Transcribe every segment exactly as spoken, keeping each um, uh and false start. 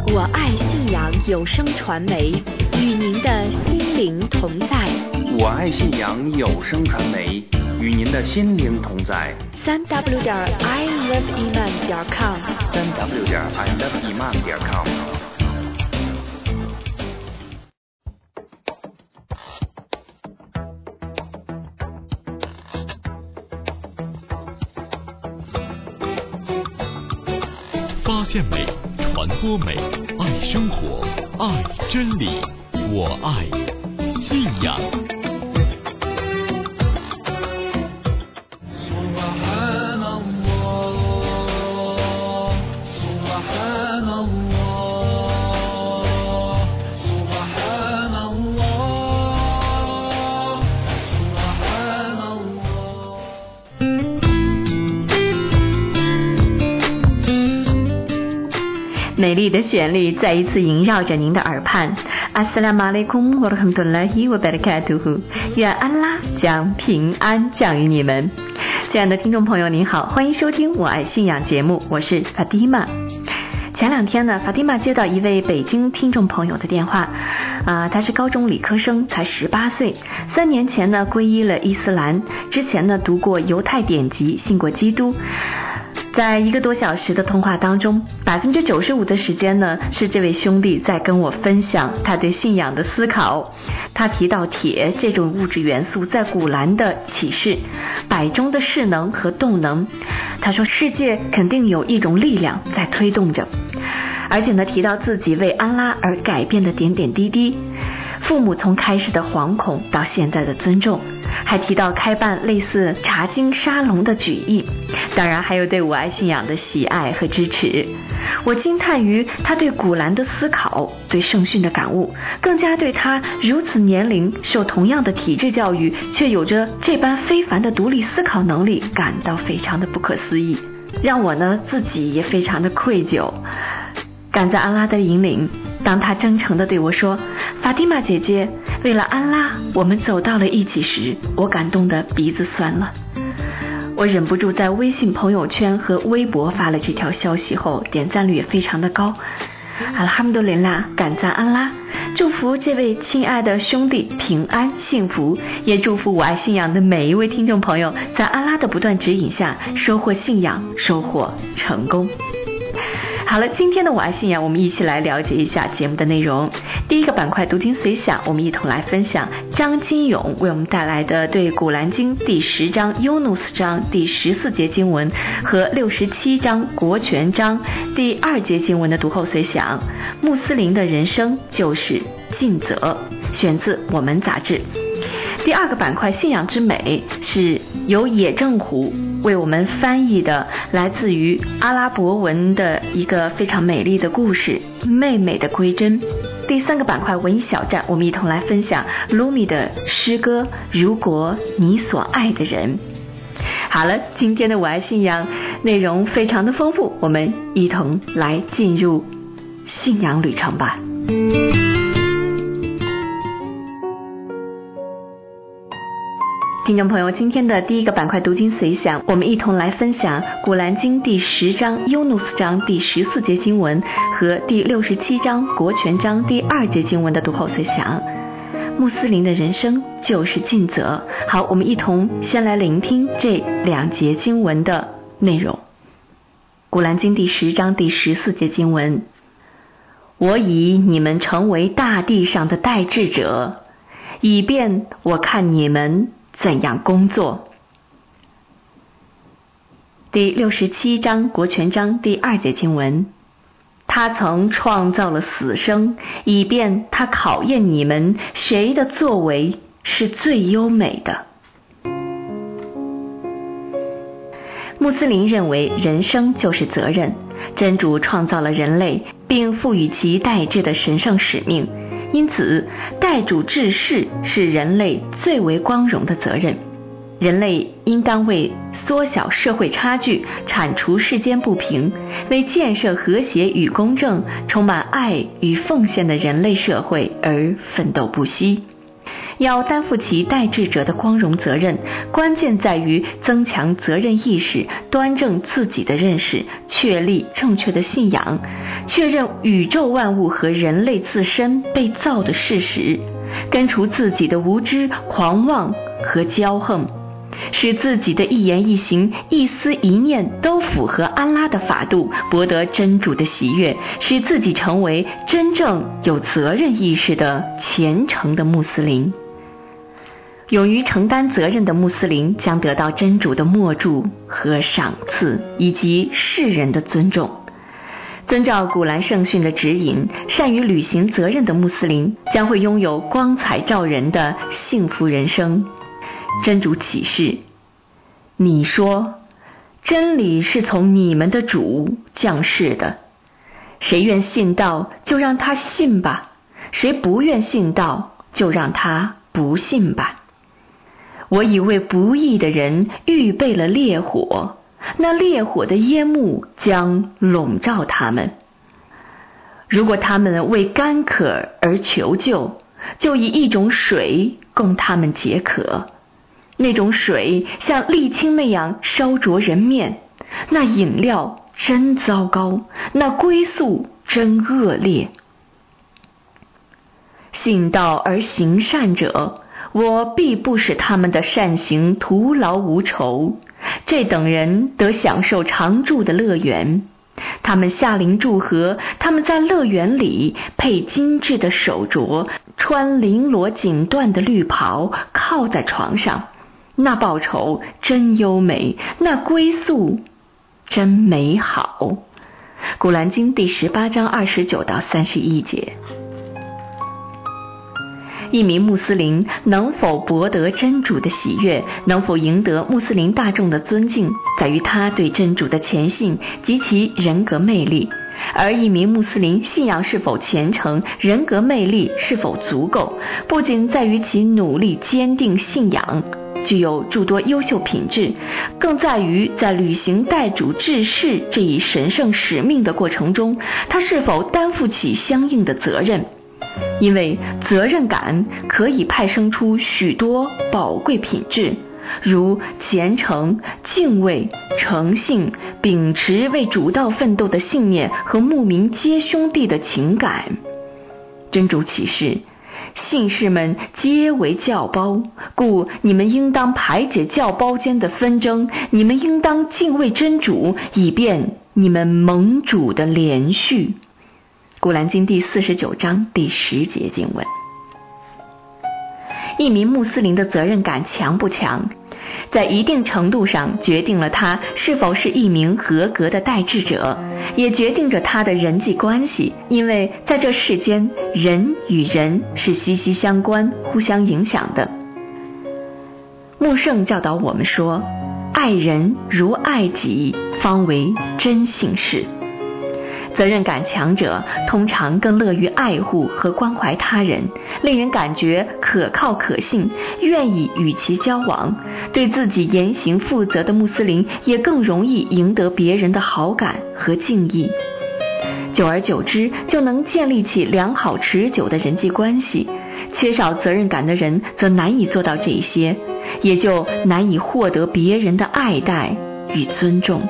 我爱信仰有声传媒，与您的心灵同在。 我爱信仰有声传媒，与您的心灵同在。 三 w 点 i love iman 点 com， 三 w 点 i love iman 点 com。 发现美，传播美，爱生活，爱真理，我爱信仰。 美丽的旋律再一次萦绕着您的耳畔。Assalamu alaikum wa rahmatullahi wa barakatuhu， 愿安拉将平安降于你们。亲爱的听众朋友您好，欢迎收听我爱信仰节目，我是法蒂玛。前两天呢，法蒂玛接到一位北京听众朋友的电话，啊，他是高中理科生，才十八岁，三年前呢皈依了伊斯兰，之前呢读过犹太典籍，信过基督。在一个多小时的通话当中，百分之九十五的时间呢，是这位兄弟在跟我分享他对信仰的思考。他提到铁这种物质元素在古兰的启示，百中的势能和动能。他说世界肯定有一种力量在推动着，而且呢提到自己为安拉而改变的点点滴滴，父母从开始的惶恐到现在的尊重，还提到开办类似查经沙龙的举意，当然还有对我爱信仰的喜爱和支持。我惊叹于他对古兰的思考，对圣训的感悟，更加对他如此年龄受同样的体制教育，却有着这般非凡的独立思考能力感到非常的不可思议，让我呢自己也非常的愧疚。感在安拉的引领，当他真诚地对我说，法蒂玛姐姐，为了安拉我们走到了一起时，我感动得鼻子酸了。我忍不住在微信朋友圈和微博发了这条消息后，点赞率也非常的高。阿拉哈姆杜林拉，感赞安拉，祝福这位亲爱的兄弟平安幸福，也祝福我爱信仰的每一位听众朋友在安拉的不断指引下收获信仰，收获成功。好了，今天的我爱信仰，我们一起来了解一下节目的内容。第一个板块读经随想，我们一同来分享张金勇为我们带来的对古兰经第十章尤努斯章第十四节经文和六十七章国权章第二节经文的读后随想。穆斯林的人生就是尽责，选自我们杂志。第二个板块信仰之美，是由野正虎为我们翻译的来自于阿拉伯文的一个非常美丽的故事，妹妹的归真。第三个板块文艺小站，我们一同来分享卢米的诗歌如果你所爱的人。好了，今天的我爱信仰内容非常的丰富，我们一同来进入信仰旅程吧。听众朋友，今天的第一个板块读经随想，我们一同来分享古兰经第十章尤努斯章第十四节经文和第六十七章国权章第二节经文的读后随想。穆斯林的人生就是尽责。好，我们一同先来聆听这两节经文的内容。古兰经第十章第十四节经文，我以你们成为大地上的代志者，以便我看你们怎样工作。第六十七章国权章第二节经文，他曾创造了死生，以便他考验你们谁的作为是最优美的。穆斯林认为人生就是责任，真主创造了人类，并赋予其代志的神圣使命，因此代主治世是人类最为光荣的责任。人类应当为缩小社会差距，铲除世间不平，为建设和谐与公正、充满爱与奉献的人类社会而奋斗不息。 要担负起代志者的光荣责任，关键在于增强责任意识，端正自己的认识，确立正确的信仰，确认宇宙万物和人类自身被造的事实，根除自己的无知、狂妄和骄横，使自己的一言一行、一思一念都符合安拉的法度，博得真主的喜悦，使自己成为真正有责任意识的虔诚的穆斯林。勇于承担责任的穆斯林将得到真主的默祝和赏赐，以及世人的尊重。遵照古兰圣训的指引，善于履行责任的穆斯林将会拥有光彩照人的幸福人生。真主启示：你说，真理是从你们的主降世的，谁愿信道就让他信吧，谁不愿信道就让他不信吧。我已为不义的人预备了烈火，那烈火的烟幕将笼罩他们。如果他们为干渴而求救，就以一种水供他们解渴，那种水像沥青那样烧灼人面，那饮料真糟糕，那归宿真恶劣。信道而行善者，我必不使他们的善行徒劳无酬，这等人得享受常住的乐园。他们下临祝贺，他们在乐园里配精致的手镯，穿绫罗锦缎的绿袍，靠在床上。那报酬真优美，那归宿真美好。古兰经第十八章二十九到三十一节。一名穆斯林能否博得真主的喜悦，能否赢得穆斯林大众的尊敬，在于他对真主的虔信及其人格魅力。而一名穆斯林信仰是否虔诚，人格魅力是否足够，不仅在于其努力坚定信仰，具有诸多优秀品质，更在于在履行代主治世这一神圣使命的过程中，他是否担负起相应的责任。因为责任感可以派生出许多宝贵品质，如虔诚、敬畏、诚信、秉持为主道奋斗的信念和牧民皆兄弟的情感。真主启示：信士们皆为教胞，故你们应当排解教胞间的纷争，你们应当敬畏真主，以便你们蒙主的连续。古兰经第四十九章第十节经文。一名穆斯林的责任感强不强，在一定程度上决定了他是否是一名合格的代志者，也决定着他的人际关系。因为在这世间，人与人是息息相关、互相影响的。穆圣教导我们说，爱人如爱己，方为真信士。责任感强者通常更乐于爱护和关怀他人，令人感觉可靠可信，愿意与其交往。对自己言行负责的穆斯林也更容易赢得别人的好感和敬意，久而久之就能建立起良好持久的人际关系。缺少责任感的人则难以做到这些，也就难以获得别人的爱戴与尊重。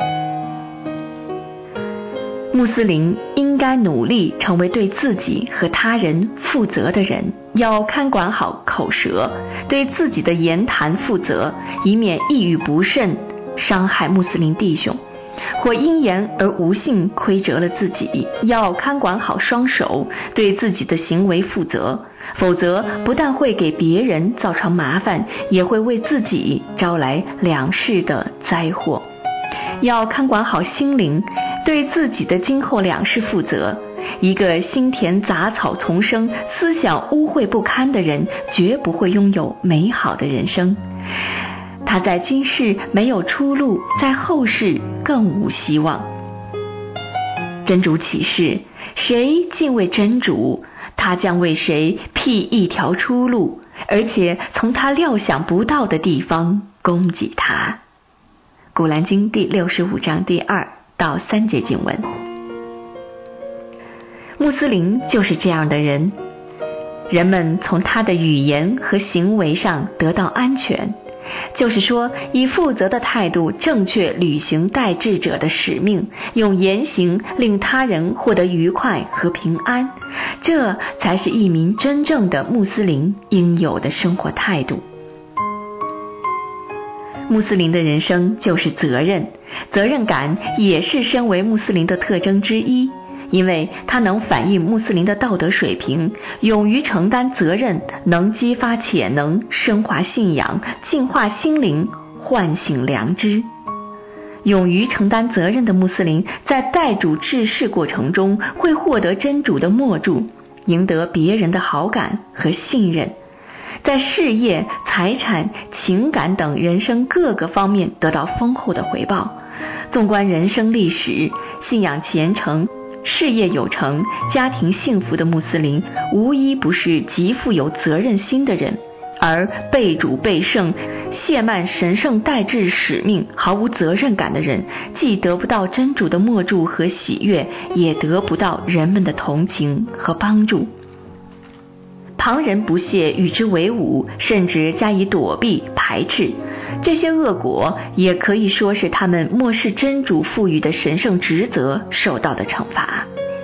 穆斯林应该努力成为对自己和他人负责的人，要看管好口舌，对自己的言谈负责，以免一语不慎伤害穆斯林弟兄，或因言而无信亏折了自己。要看管好双手，对自己的行为负责，否则不但会给别人造成麻烦，也会为自己招来两世的灾祸。要看管好心灵，对自己的今后两世负责。一个心田杂草丛生、思想污秽不堪的人，绝不会拥有美好的人生。他在今世没有出路，在后世更无希望。真主启示：谁敬畏真主，他将为谁辟一条出路，而且从他料想不到的地方供给他。古兰经第六十五章第二到三节经文。穆斯林就是这样的人， 人们从他的语言和行为上得到安全，就是说，以负责的态度正确履行代志者的使命，用言行令他人获得愉快和平安，这才是一名真正的穆斯林应有的生活态度。穆斯林的人生就是责任，责任感也是身为穆斯林的特征之一，因为它能反映穆斯林的道德水平，勇于承担责任，能激发潜能，升华信仰，净化心灵，唤醒良知。勇于承担责任的穆斯林在代主治世过程中会获得真主的默助，赢得别人的好感和信任，在事业、财产、情感等人生各个方面得到丰厚的回报。纵观人生历史，信仰虔诚、事业有成、家庭幸福的穆斯林，无一不是极富有责任心的人。而背主背圣、亵慢神圣代志使命、毫无责任感的人，既得不到真主的默助和喜悦，也得不到人们的同情和帮助。旁人不屑与之为伍，甚至加以躲避排斥，这些恶果也可以说是他们漠视真主赋予的神圣职责受到的惩罚。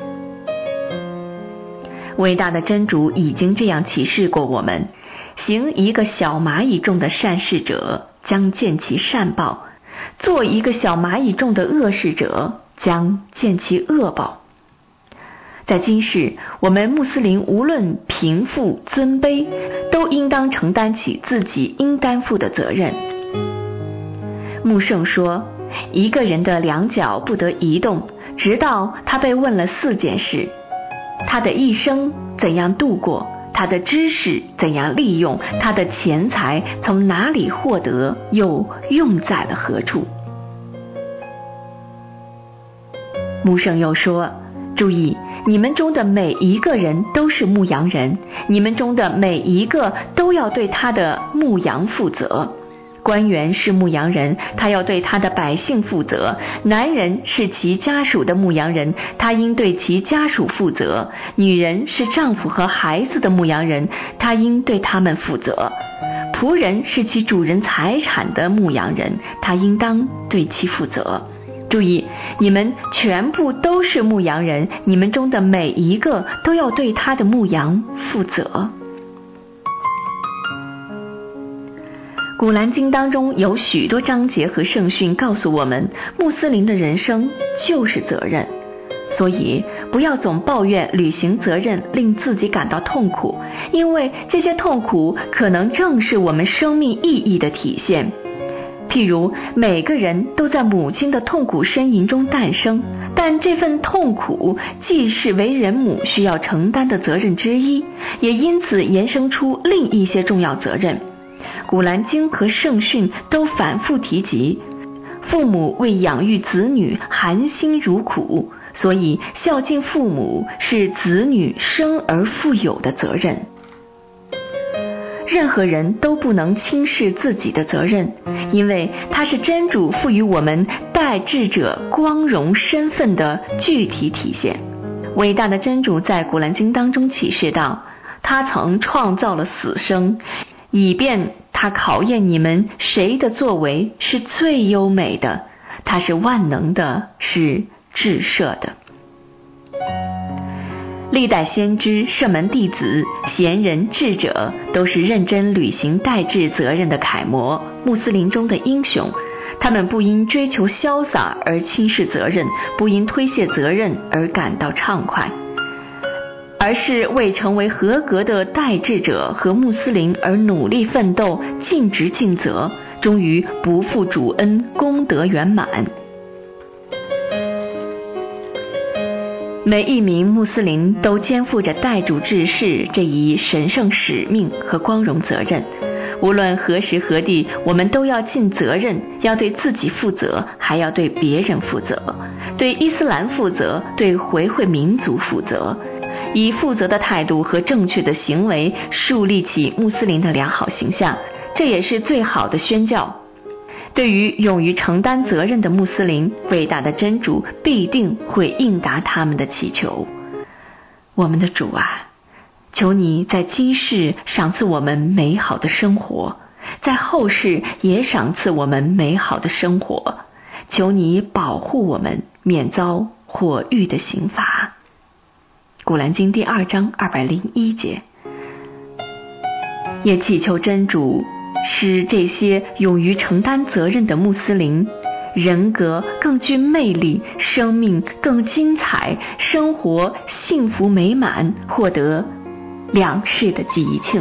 伟大的真主已经这样启示过我们：行一个小蚂蚁重的善事者，将见其善报；做一个小蚂蚁重的恶事者，将见其恶报。在今世，我们穆斯林无论贫富尊卑，都应当承担起自己应担负的责任。穆圣说，一个人的两脚不得移动，直到他被问了四件事：他的一生怎样度过，他的知识怎样利用，他的钱财从哪里获得，又用在了何处。穆圣又说，注意，你们中的每一个人都是牧羊人，你们中的每一个都要对他的牧羊负责。官员是牧羊人，他要对他的百姓负责；男人是其家属的牧羊人，他应对其家属负责；女人是丈夫和孩子的牧羊人，他应对他们负责；仆人是其主人财产的牧羊人，他应当对其负责。注意，你们全部都是牧羊人，你们中的每一个都要对他的牧羊负责。古兰经当中有许多章节和圣训告诉我们，穆斯林的人生就是责任。所以不要总抱怨履行责任令自己感到痛苦，因为这些痛苦可能正是我们生命意义的体现。譬如每个人都在母亲的痛苦呻吟中诞生，但这份痛苦既是为人母需要承担的责任之一，也因此延伸出另一些重要责任。古兰经和圣训都反复提及，父母为养育子女含辛茹苦，所以孝敬父母是子女生而负有的责任。任何人都不能轻视自己的责任，因为它是真主赋予我们代志者光荣身份的具体体现。伟大的真主在古兰经当中启示道，他曾创造了死生，以便他考验你们谁的作为是最优美的，他是万能的，是至赦的。历代先知、圣门弟子、贤人、智者都是认真履行代志责任的楷模，穆斯林中的英雄。他们不因追求潇洒而轻视责任，不因推卸责任而感到畅快，而是为成为合格的代志者和穆斯林而努力奋斗，尽职尽责，终于不负主恩，功德圆满。每一名穆斯林都肩负着代主治世这一神圣使命和光荣责任。无论何时何地，我们都要尽责任，要对自己负责，还要对别人负责，对伊斯兰负责，对回馈民族负责，以负责的态度和正确的行为树立起穆斯林的良好形象，这也是最好的宣教。对于勇于承担责任的穆斯林，伟大的真主必定会应答他们的祈求。我们的主啊， 求你在今世赏赐我们美好的生活，在后世也赏赐我们美好的生活，求你保护我们免遭火狱的刑罚。古兰经第二章二百零一节。也祈求真主使这些勇于承担责任的穆斯林人格更具魅力，生命更精彩，生活幸福美满，获得两世的吉庆。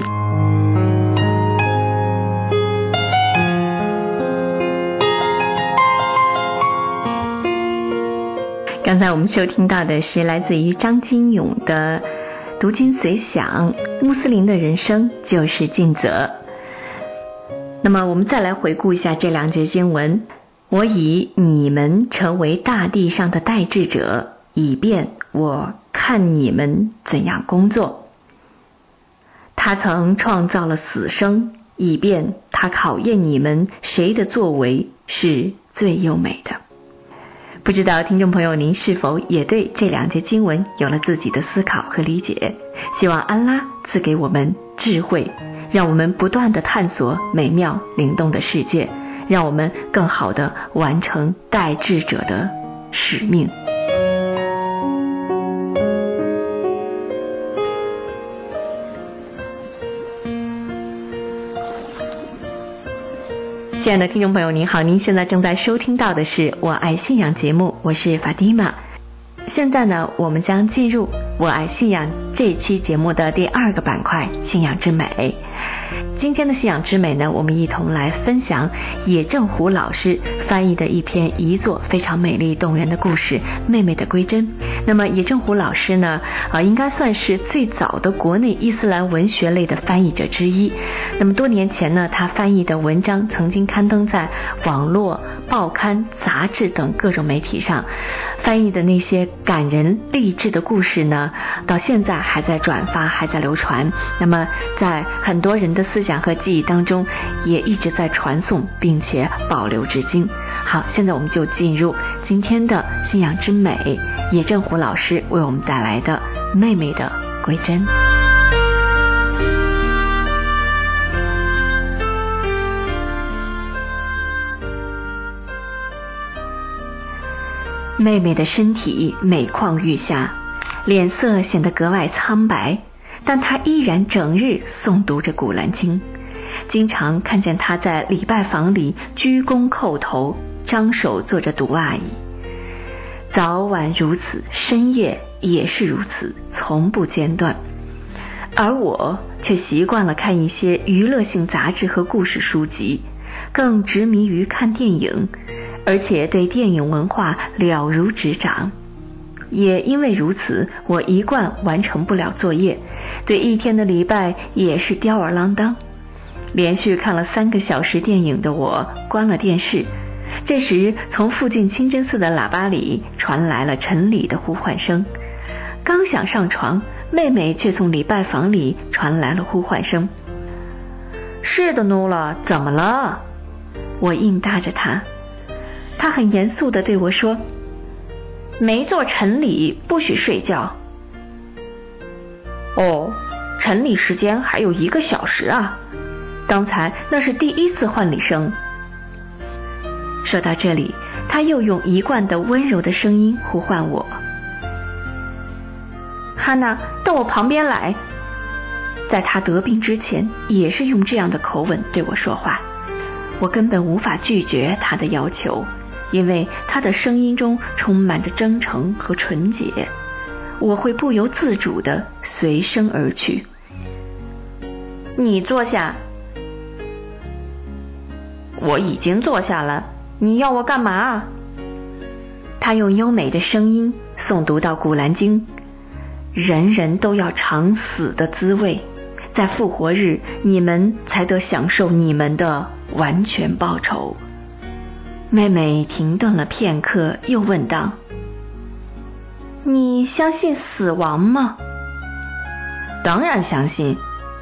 刚才我们收听到的是来自于张金勇的读经随想，穆斯林的人生就是尽责。那么我们再来回顾一下这两节经文。我以你们成为大地上的代志者，以便我看你们怎样工作。他曾创造了死生，以便他考验你们谁的作为是最优美的。不知道听众朋友您是否也对这两节经文有了自己的思考和理解？希望安拉赐给我们智慧，让我们不断地探索美妙灵动的世界，让我们更好地完成代志者的使命。亲爱的听众朋友您好，您现在正在收听到的是我爱信仰节目，我是法蒂玛。现在呢，我们将进入我爱信仰这一期节目的第二个板块，信仰之美。今天的信仰之美呢，我们一同来分享野正虎老师翻译的一篇遗作非常美丽动人的故事《妹妹的归真》。那么野正虎老师呢，呃，应该算是最早的国内伊斯兰文学类的翻译者之一。那么多年前呢，他翻译的文章曾经刊登在网络、报刊、杂志等各种媒体上，翻译的那些感人励志的故事呢，到现在还在转发，还在流传。那么在很多人的思想和记忆当中，也一直在传颂，并且保留至今。好，现在我们就进入今天的信仰之美，野正虎老师为我们带来的《妹妹的归真》。妹妹的身体每况愈下，脸色显得格外苍白，但她依然整日诵读着古兰经，经常看见她在礼拜房里鞠躬叩头，张手做着读阿姨。早晚如此，深夜也是如此，从不间断。而我却习惯了看一些娱乐性杂志和故事书籍，更执迷于看电影，而且对电影文化了如指掌。也因为如此，我一贯完成不了作业，对一天的礼拜也是吊儿郎当。连续看了三个小时电影的我关了电视，这时从附近清真寺的喇叭里传来了晨礼的呼唤声。刚想上床，妹妹却从礼拜房里传来了呼唤声。是的努了，怎么了？我应答着她。她很严肃地对我说，没做晨礼不许睡觉。哦，晨礼时间还有一个小时啊，刚才那是第一次换礼声。说到这里，他又用一贯的温柔的声音呼唤我，哈娜，到我旁边来。在他得病之前，也是用这样的口吻对我说话。我根本无法拒绝他的要求，因为他的声音中充满着真诚和纯洁，我会不由自主地随声而去。你坐下。我已经坐下了，你要我干嘛？他用优美的声音诵读到古兰经，人人都要尝死的滋味，在复活日你们才得享受你们的完全报酬。妹妹停顿了片刻，又问道，你相信死亡吗？当然相信。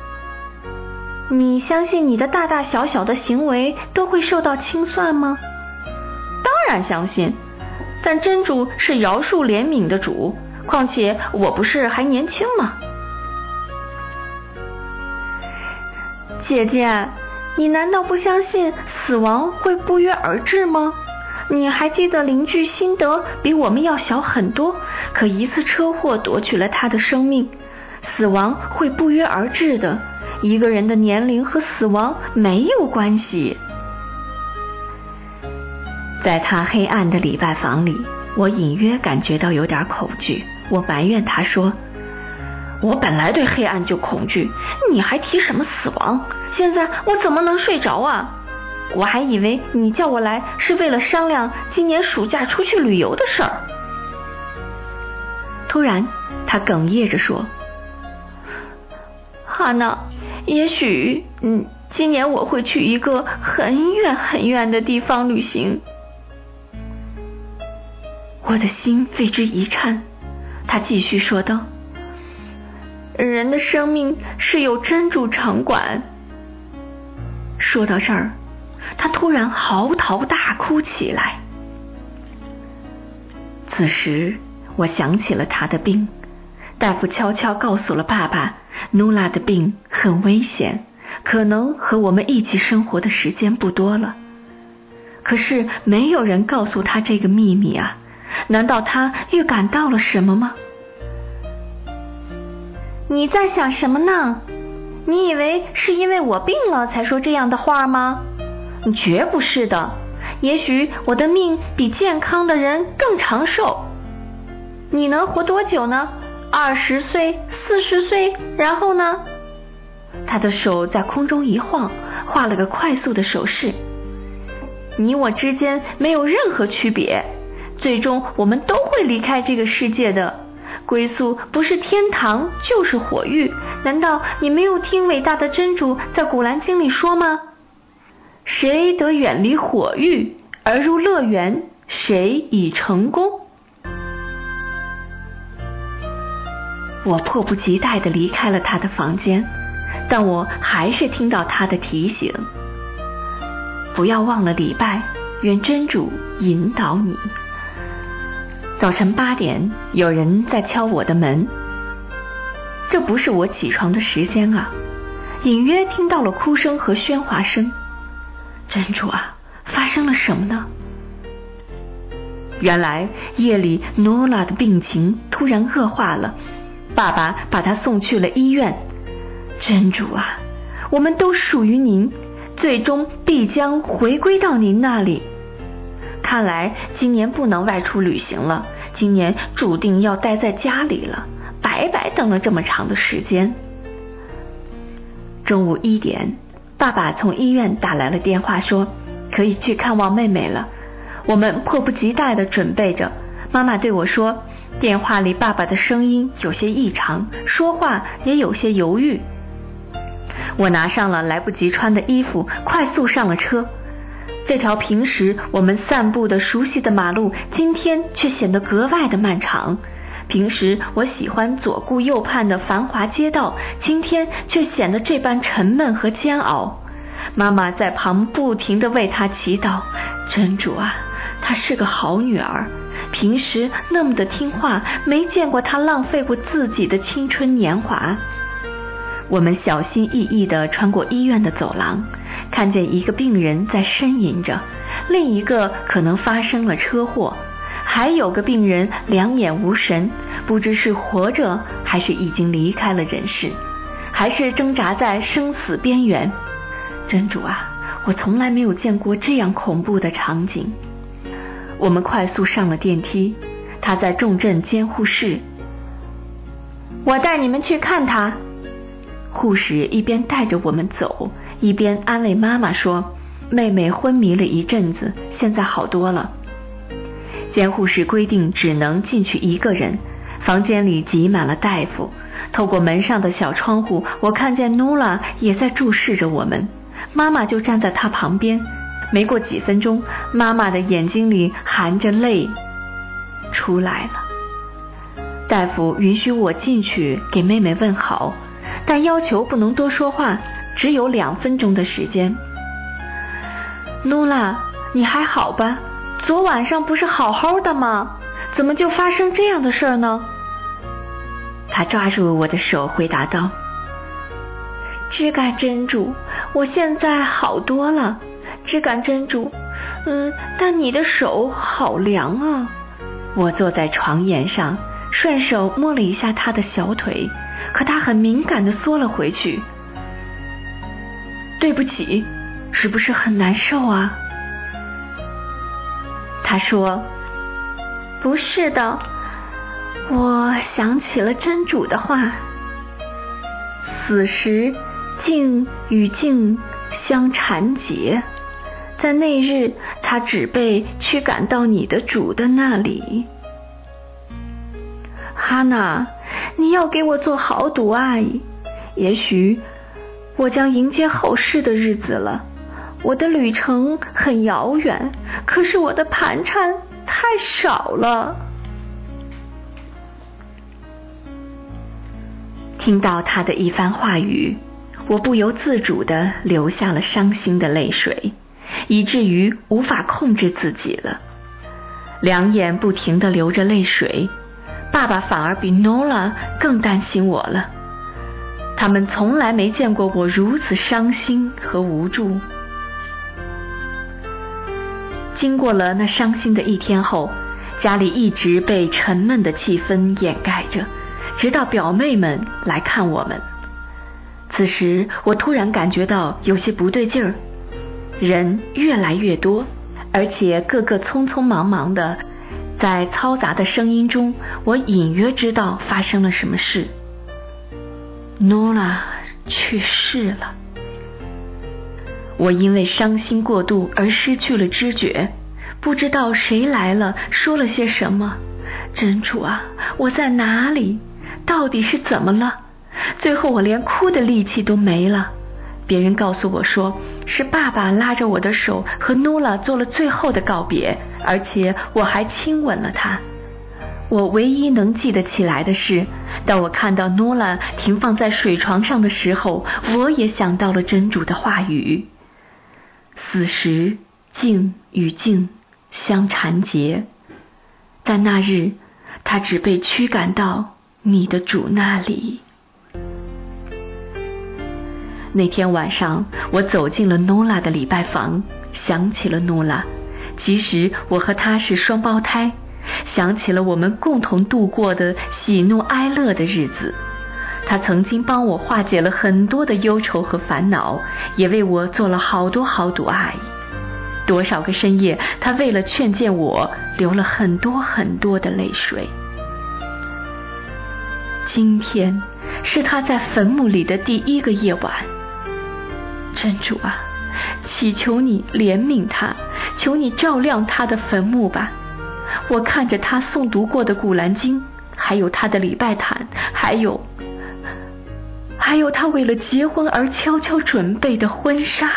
你相信你的大大小小的行为都会受到清算吗？当然相信，但真主是饶恕怜悯的主，况且我不是还年轻吗？ 姐姐，你难道不相信死亡会不约而至吗？你还记得邻居辛德比我们要小很多，可一次车祸夺取了他的生命。死亡会不约而至的，一个人的年龄和死亡没有关系。在他黑暗的礼拜房里，我隐约感觉到有点恐惧。我埋怨他说，我本来对黑暗就恐惧，你还提什么死亡？现在我怎么能睡着啊？我还以为你叫我来是为了商量今年暑假出去旅游的事儿。突然他哽咽着说，哈娜，也许嗯，今年我会去一个很远很远的地方旅行。我的心为之一颤。他继续说道，人的生命是由真主掌管。说到这儿，他突然嚎啕大哭起来。此时我想起了他的病，大夫悄悄告诉了爸爸，努拉的病很危险，可能和我们一起生活的时间不多了。可是没有人告诉他这个秘密啊，难道他预感到了什么吗？你在想什么呢？你以为是因为我病了才说这样的话吗？绝不是的，也许我的命比健康的人更长寿。你能活多久呢？二十岁、四十岁，然后呢？他的手在空中一晃，画了个快速的手势。你我之间没有任何区别，最终我们都会离开这个世界的。归宿不是天堂就是火狱，难道你没有听伟大的真主在古兰经里说吗？谁得远离火狱而入乐园，谁已成功。我迫不及待地离开了他的房间，但我还是听到他的提醒，不要忘了礼拜，愿真主引导你。早晨八点，有人在敲我的门，这不是我起床的时间啊，隐约听到了哭声和喧哗声。真主啊，发生了什么呢？原来夜里努拉的病情突然恶化了，爸爸把他送去了医院。真主啊，我们都属于您，最终必将回归到您那里。看来今年不能外出旅行了，今年注定要待在家里了，白白等了这么长的时间。中午一点，爸爸从医院打来了电话，说可以去看望妹妹了。我们迫不及待地准备着。妈妈对我说，电话里爸爸的声音有些异常，说话也有些犹豫。我拿上了来不及穿的衣服，快速上了车。这条平时我们散步的熟悉的马路，今天却显得格外的漫长。平时我喜欢左顾右盼的繁华街道，今天却显得这般沉闷和煎熬。妈妈在旁不停地为她祈祷，真主啊，她是个好女儿，平时那么的听话，没见过她浪费过自己的青春年华。我们小心翼翼地穿过医院的走廊，看见一个病人在呻吟着，另一个可能发生了车祸，还有个病人两眼无神，不知是活着还是已经离开了人世，还是挣扎在生死边缘。真主啊，我从来没有见过这样恐怖的场景。我们快速上了电梯，他在重症监护室。我带你们去看他。护士一边带着我们走，一边安慰妈妈说，妹妹昏迷了一阵子，现在好多了。监护室规定只能进去一个人，房间里挤满了大夫。透过门上的小窗户，我看见努拉也在注视着我们，妈妈就站在她旁边。没过几分钟，妈妈的眼睛里含着泪出来了。大夫允许我进去给妹妹问好，但要求不能多说话，只有两分钟的时间。努拉，你还好吧？昨晚上不是好好的吗？怎么就发生这样的事呢？他抓住我的手回答道， 只感真主，我现在好多了。只感真主，嗯，但你的手好凉啊。我坐在床沿上，顺手摸了一下他的小腿，可他很敏感地缩了回去。对不起，是不是很难受啊？他说，不是的，我想起了真主的话，死时境与境相缠结，在那日他只被驱赶到你的主的那里。哈娜，你要给我做好赌阿姨，也许我将迎接后世的日子了。我的旅程很遥远，可是我的盘缠太少了。听到他的一番话语，我不由自主地流下了伤心的泪水，以至于无法控制自己了。两眼不停地流着泪水，爸爸反而比 Nola 更担心我了。他们从来没见过我如此伤心和无助。经过了那伤心的一天后，家里一直被沉闷的气氛掩盖着，直到表妹们来看我们。此时我突然感觉到有些不对劲儿，人越来越多，而且个个匆匆忙忙的，在嘈杂的声音中，我隐约知道发生了什么事。Nola 去世了。我因为伤心过度而失去了知觉，不知道谁来了，说了些什么。真主啊，我在哪里？到底是怎么了？最后我连哭的力气都没了。别人告诉我说，是爸爸拉着我的手和 Nola 做了最后的告别，而且我还亲吻了他。我唯一能记得起来的是，当我看到 Nola 停放在水床上的时候，我也想到了真主的话语，死时境与境相缠结，但那日他只被驱赶到你的主那里。那天晚上，我走进了 Nola 的礼拜房，想起了 Nola， 其实我和她是双胞胎，想起了我们共同度过的喜怒哀乐的日子。她曾经帮我化解了很多的忧愁和烦恼，也为我做了好多好赌阿姨。多少个深夜，她为了劝谏我，流了很多很多的泪水。今天是她在坟墓里的第一个夜晚。真主啊，祈求你怜悯她，求你照亮她的坟墓吧。我看着她诵读过的古兰经，还有她的礼拜坛，还有还有她为了结婚而悄悄准备的婚纱。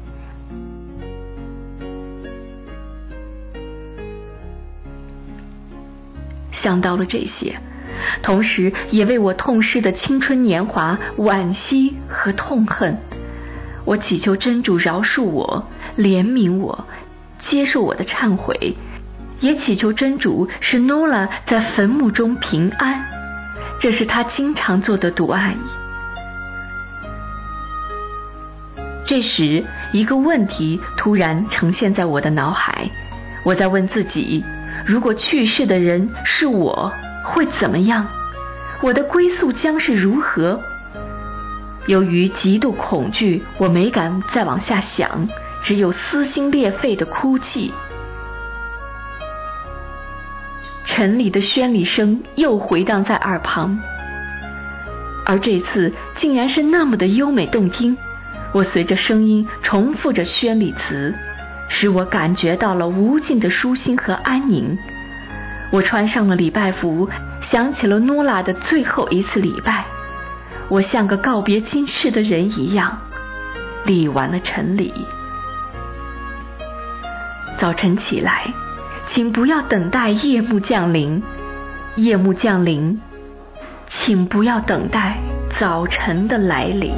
想到了这些，同时也为我痛失的青春年华惋惜和痛恨。我祈求真主饶恕我，怜悯我，接受我的忏悔，也祈求真主使 Nola 在坟墓中平安，这是他经常做的读阿姨。这时，一个问题突然呈现在我的脑海，我在问自己，如果去世的人是我，会怎么样？我的归宿将是如何？由于极度恐惧，我没敢再往下想，只有撕心裂肺的哭泣。城里的宣礼声又回荡在耳旁，而这次竟然是那么的优美动听。我随着声音重复着宣礼词，使我感觉到了无尽的舒心和安宁。我穿上了礼拜服，想起了 Nola 的最后一次礼拜。我像个告别今世的人一样，礼完了晨礼。早晨起来，请不要等待夜幕降临，夜幕降临，请不要等待早晨的来临。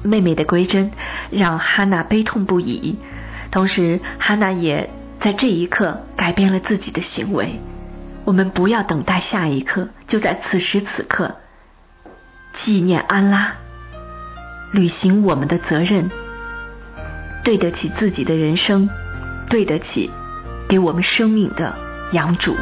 妹妹的归真，让哈娜悲痛不已。同时，哈娜也在这一刻改变了自己的行为。我们不要等待下一刻，就在此时此刻纪念安拉，履行我们的责任，对得起自己的人生，对得起给我们生命的养主。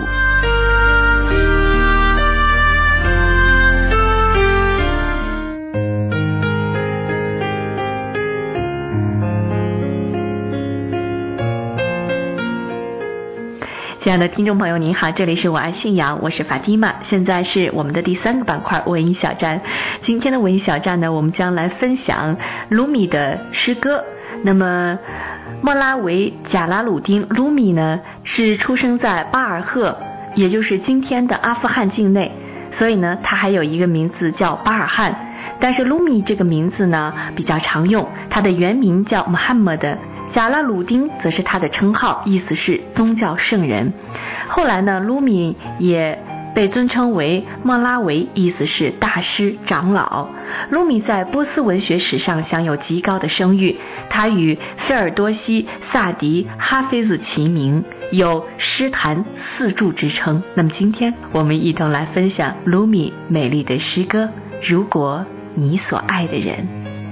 亲爱的听众朋友您好，这里是我爱信仰，我是法蒂玛，现在是我们的第三个板块文艺小站。今天的文艺小站呢，我们将来分享鲁米的诗歌。那么莫拉维贾拉鲁丁鲁米呢，是出生在巴尔赫，也就是今天的阿富汗境内，所以呢他还有一个名字叫巴尔汉，但是鲁米这个名字呢比较常用，他的原名叫穆罕默德，贾拉鲁丁则是他的称号，意思是宗教圣人。后来呢，鲁米也被尊称为莫拉维，意思是大师长老。鲁米在波斯文学史上享有极高的声誉，他与费尔多西、萨迪、哈菲子齐名，有诗坛四柱之称。那么今天我们一同来分享鲁米美丽的诗歌《如果你所爱的人》。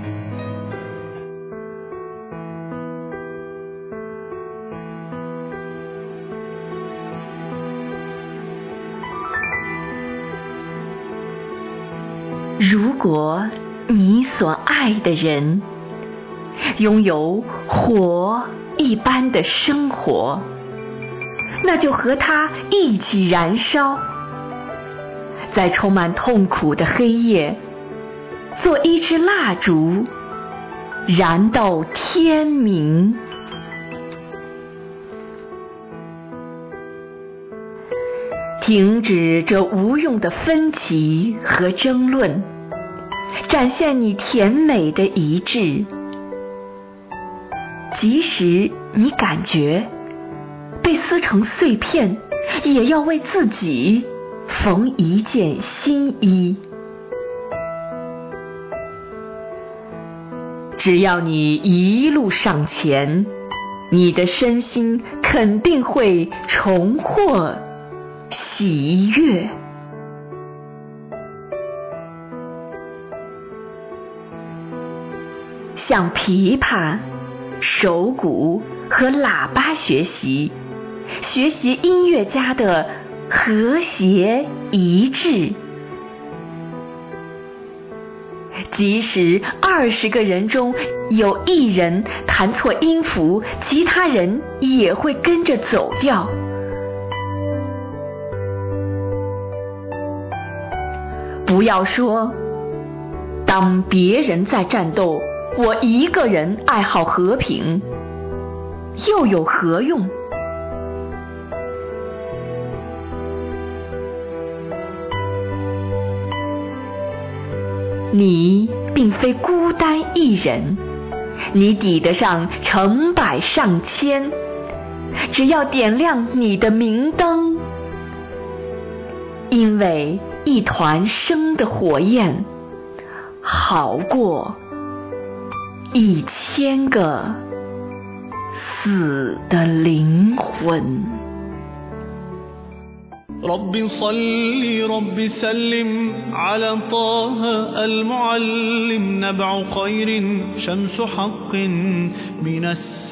如果你所爱的人拥有火一般的生活，那就和他一起燃烧，在充满痛苦的黑夜，做一支蜡烛，燃到天明。停止这无用的分歧和争论，展现你甜美的一致。即使你感觉被撕成碎片，也要为自己缝一件新衣。只要你一路上前，你的身心肯定会重获喜悦。向琵琶、手鼓和喇叭学习，学习音乐家的和谐一致。即使二十个人中有一人弹错音符，其他人也会跟着走调。不要说当别人在战斗，我一个人爱好和平，又有何用？你并非孤单一人，你抵得上成百上千，只要点亮你的明灯，因为一团生的火焰好过一千个死的灵魂。 رب صل رب سلم على طه المعلم نبع خير شمس حق من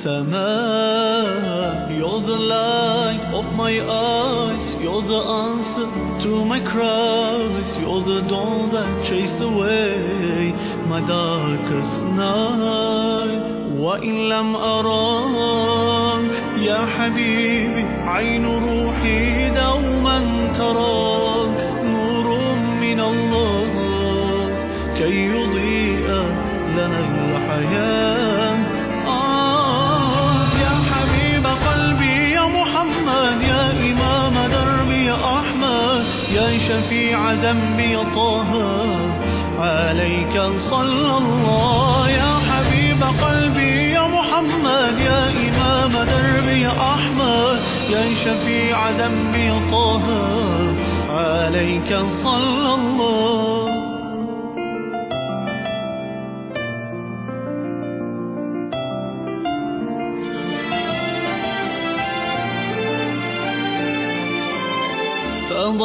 السماء. You're the light of my eyes, you're the answer to my cries, you're the dawn that chased away my darkest night. وإن لم أراك يا حبيبي عين روحي دوما تراك نور من الله كي يضيء لنا الحياة. آه يا حبيب قلبي يا محمد يا إمام دربي يا أحمد يا شفيع ذنبي يا طه عليك صلى الله. يا حبيب قلبي يا محمد يا إمام دربي يا أحمد يا شفيع ذنبي يا طه عليك صلى الله.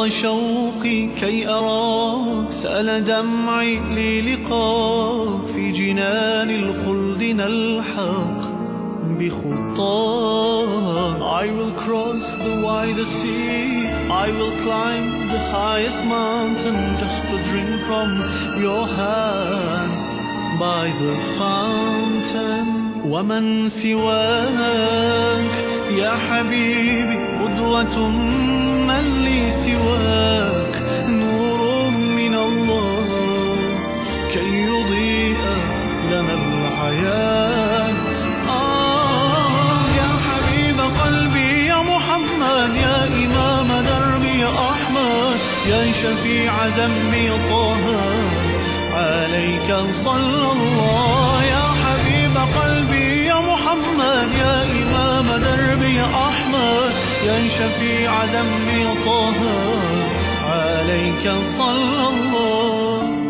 فاض شوقي كي أراك سأل دمعي لي لقاك في جنان الخلد نلحق بخطاك. I will cross the widest sea, I will climb the highest mountain just to drink from your hand by the fountain. ومن سواك يا حبيبي قدوة من لي سواك نور من الله كي يضيء لنا الحياة. آه يا حبيب قلبي يا محمد يا إمام دربي يا أحمد يا شفيع ذنبي يا طه عليك صلى الله. يا حبيب قلبي يا محمد يا إمام دربي يا أحمد يا شفيع ذنبي يا طه عليك صلى الله.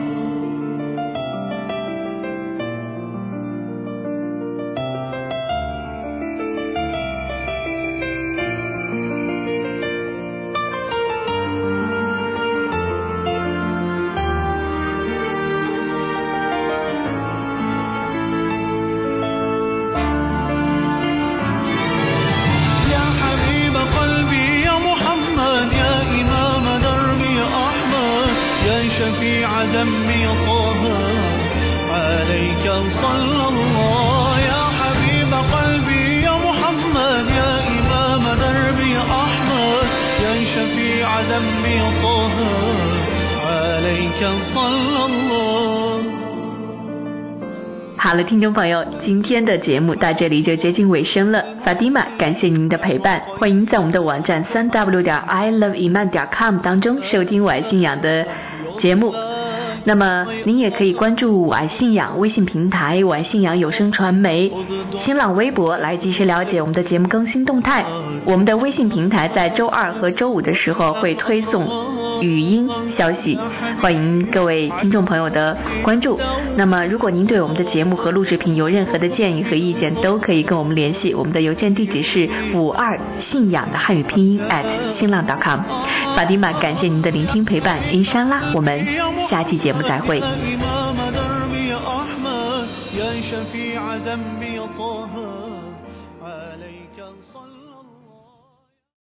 شفيع ذنبي يا طه عليك صلى الله. يا حبيب قلبي يا محمد يا إمام دربي يا أحمد يا شفيع ذنبي يا طه عليك صلى الله。 好了，听众朋友，今天的节目到这里就接近尾声了。法蒂玛，感谢您的陪伴，欢迎在我们的网站三 w 点 i love iman 点 com 当中收听我爱信仰的节目。那么您也可以关注我爱信仰微信平台、我爱信仰有声传媒、新浪微博来及时了解我们的节目更新动态。我们的微信平台在周二和周五的时候会推送语音消息，欢迎各位听众朋友的关注。那么如果您对我们的节目和录制品有任何的建议和意见，都可以跟我们联系，我们的邮件地址是五二信仰的汉语拼音 at 新浪 .com。 法蒂玛，感谢您的聆听陪伴，伊莎拉，我们下期节目再会。 يا شفيع ذنبي يا طه